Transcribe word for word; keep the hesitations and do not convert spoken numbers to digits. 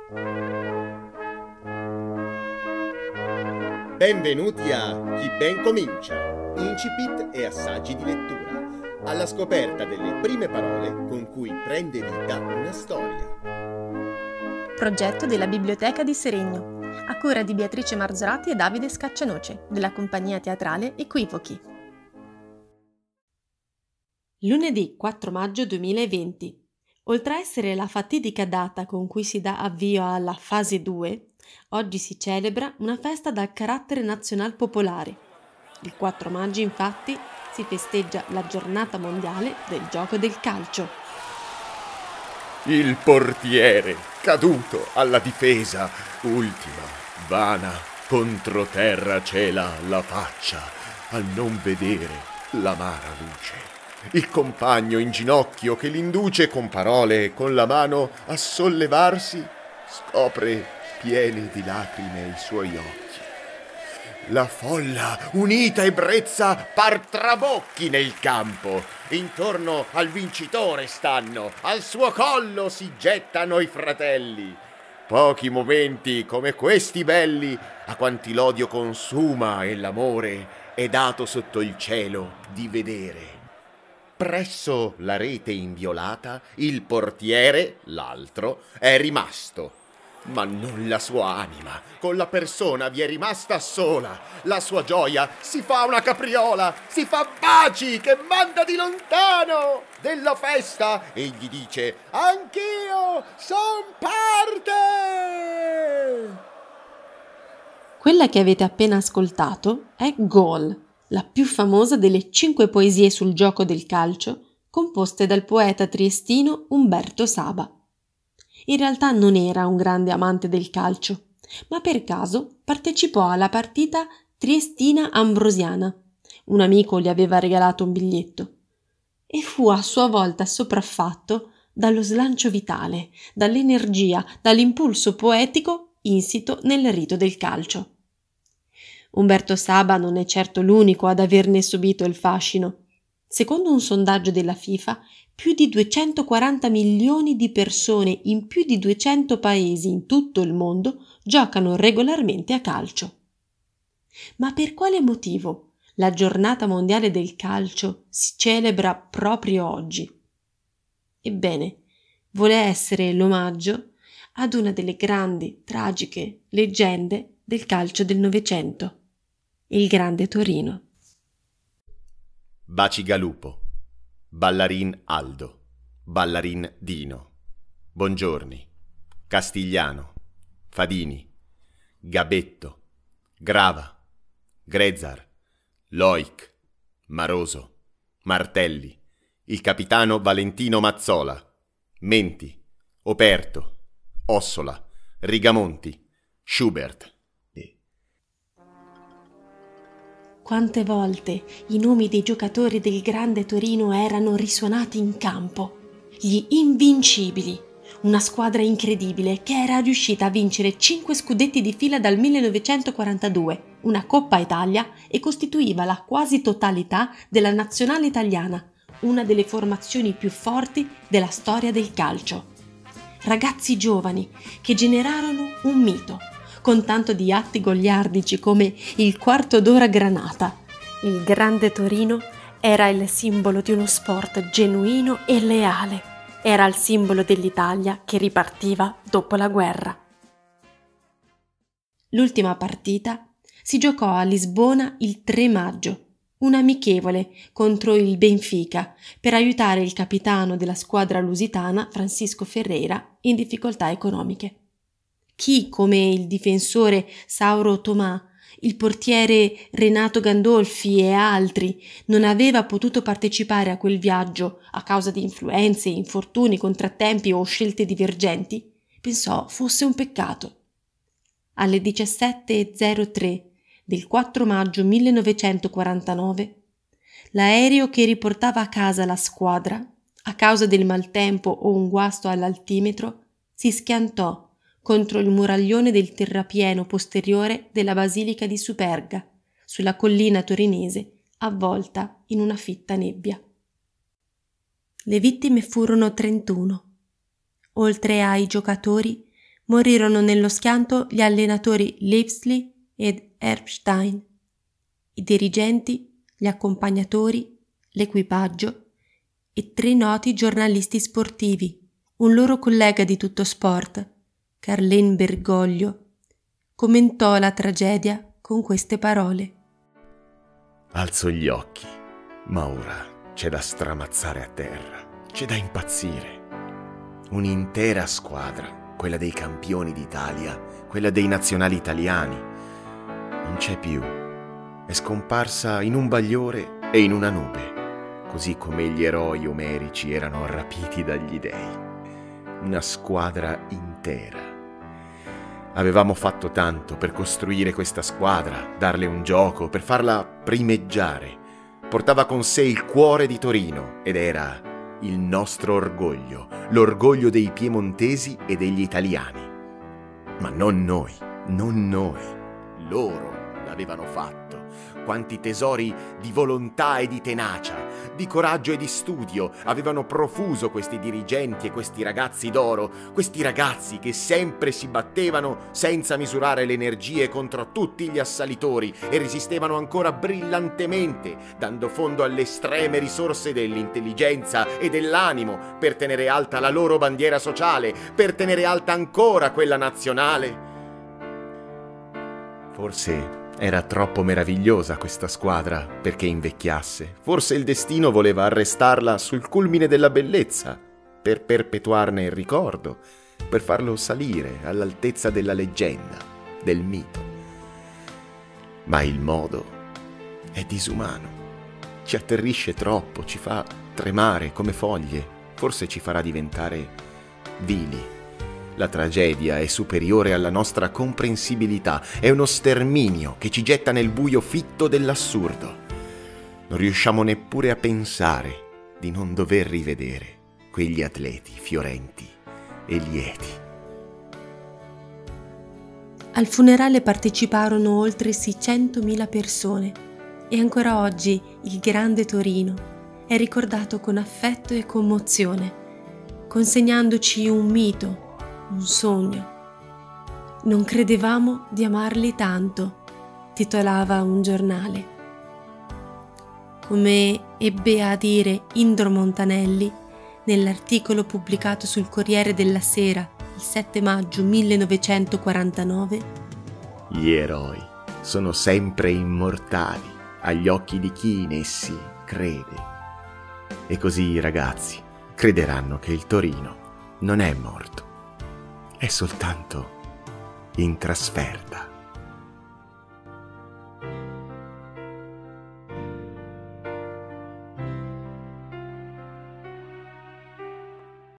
Benvenuti a Chi ben comincia, incipit e assaggi di lettura, alla scoperta delle prime parole con cui prende vita una storia. Progetto della Biblioteca di Seregno, a cura di Beatrice Marzorati e Davide Scaccianoce, della compagnia teatrale Equivochi. Lunedì quattro maggio duemilaventi. Oltre a essere la fatidica data con cui si dà avvio alla fase due, oggi si celebra una festa dal carattere nazional popolare. Il quattro maggio, infatti, si festeggia la giornata mondiale del gioco del calcio. Il portiere, caduto alla difesa, ultima, vana, contro terra cela la faccia, al non vedere l'amara luce. Il compagno in ginocchio che l'induce con parole e con la mano a sollevarsi, scopre pieni di lacrime i suoi occhi. La folla, unita ebbrezza, par trabocchi nel campo. Intorno al vincitore stanno, al suo collo si gettano i fratelli. Pochi momenti come questi belli, a quanti l'odio consuma e l'amore è dato sotto il cielo di vedere. Presso la rete inviolata, il portiere, l'altro, è rimasto. Ma non la sua anima, con la persona vi è rimasta sola. La sua gioia si fa una capriola, si fa baci che manda di lontano. Della festa egli dice: anch'io son parte. Quella che avete appena ascoltato è Gol, la più famosa delle cinque poesie sul gioco del calcio, composte dal poeta triestino Umberto Saba. In realtà non era un grande amante del calcio, ma per caso partecipò alla partita Triestina-Ambrosiana. Un amico gli aveva regalato un biglietto e fu a sua volta sopraffatto dallo slancio vitale, dall'energia, dall'impulso poetico insito nel rito del calcio. Umberto Saba non è certo l'unico ad averne subito il fascino. Secondo un sondaggio della FIFA, più di duecentoquaranta milioni di persone in più di duecento paesi in tutto il mondo giocano regolarmente a calcio. Ma per quale motivo la giornata mondiale del calcio si celebra proprio oggi? Ebbene, vuole essere l'omaggio ad una delle grandi, tragiche leggende del calcio del Novecento, il Grande Torino. Bacigalupo, Ballarin Aldo, Ballarin Dino, Bongiorni, Castigliano, Fadini, Gabetto, Grava, Grezzar, Loic, Maroso, Martelli, il capitano Valentino Mazzola, Menti, Operto, Ossola, Rigamonti, Schubert. Quante volte i nomi dei giocatori del Grande Torino erano risuonati in campo. Gli Invincibili, una squadra incredibile che era riuscita a vincere cinque scudetti di fila dal millenovecentoquarantadue, una Coppa Italia, e costituiva la quasi totalità della nazionale italiana, una delle formazioni più forti della storia del calcio. Ragazzi giovani che generarono un mito, con tanto di atti goliardici come il quarto d'ora granata. Il Grande Torino era il simbolo di uno sport genuino e leale. Era il simbolo dell'Italia che ripartiva dopo la guerra. L'ultima partita si giocò a Lisbona il tre maggio, un amichevole contro il Benfica, per aiutare il capitano della squadra lusitana, Francisco Ferreira, in difficoltà economiche. Chi, come il difensore Sauro Tomà, il portiere Renato Gandolfi e altri, non aveva potuto partecipare a quel viaggio a causa di influenze, infortuni, contrattempi o scelte divergenti, pensò fosse un peccato. Alle diciassette e zero tre del quattro maggio millenovecentoquarantanove, l'aereo che riportava a casa la squadra, a causa del maltempo o un guasto all'altimetro, si schiantò contro il muraglione del terrapieno posteriore della Basilica di Superga, sulla collina torinese, avvolta in una fitta nebbia. Le vittime furono trentuno. Oltre ai giocatori, morirono nello schianto gli allenatori Leipzig ed Erbstein, i dirigenti, gli accompagnatori, l'equipaggio e tre noti giornalisti sportivi. Un loro collega di Tutto Sport, Carlen Bergoglio, commentò la tragedia con queste parole. Alzo gli occhi, ma ora c'è da stramazzare a terra, c'è da impazzire. Un'intera squadra, quella dei campioni d'Italia, quella dei nazionali italiani, non c'è più. È scomparsa in un bagliore e in una nube, così come gli eroi omerici erano rapiti dagli dei. Una squadra intera. Avevamo fatto tanto per costruire questa squadra, darle un gioco, per farla primeggiare. Portava con sé il cuore di Torino ed era il nostro orgoglio, l'orgoglio dei piemontesi e degli italiani. Ma non noi, non noi. Loro l'avevano fatto. Quanti tesori di volontà e di tenacia, di coraggio e di studio avevano profuso questi dirigenti e questi ragazzi d'oro, questi ragazzi che sempre si battevano senza misurare le energie contro tutti gli assalitori e resistevano ancora brillantemente, dando fondo alle estreme risorse dell'intelligenza e dell'animo per tenere alta la loro bandiera sociale, per tenere alta ancora quella nazionale. Forse era troppo meravigliosa questa squadra perché invecchiasse. Forse il destino voleva arrestarla sul culmine della bellezza, per perpetuarne il ricordo, per farlo salire all'altezza della leggenda, del mito. Ma il modo è disumano. Ci atterrisce troppo, ci fa tremare come foglie, forse ci farà diventare vili. La tragedia è superiore alla nostra comprensibilità, è uno sterminio che ci getta nel buio fitto dell'assurdo. Non riusciamo neppure a pensare di non dover rivedere quegli atleti fiorenti e lieti. Al funerale parteciparono oltre seicentomila persone e ancora oggi il grande Torino è ricordato con affetto e commozione, consegnandoci un mito, un sogno. Non credevamo di amarli tanto, titolava un giornale. Come ebbe a dire Indro Montanelli nell'articolo pubblicato sul Corriere della Sera il sette maggio millenovecentoquarantanove, gli eroi sono sempre immortali agli occhi di chi in essi crede. E così i ragazzi crederanno che il Torino non è morto, è soltanto in trasferta.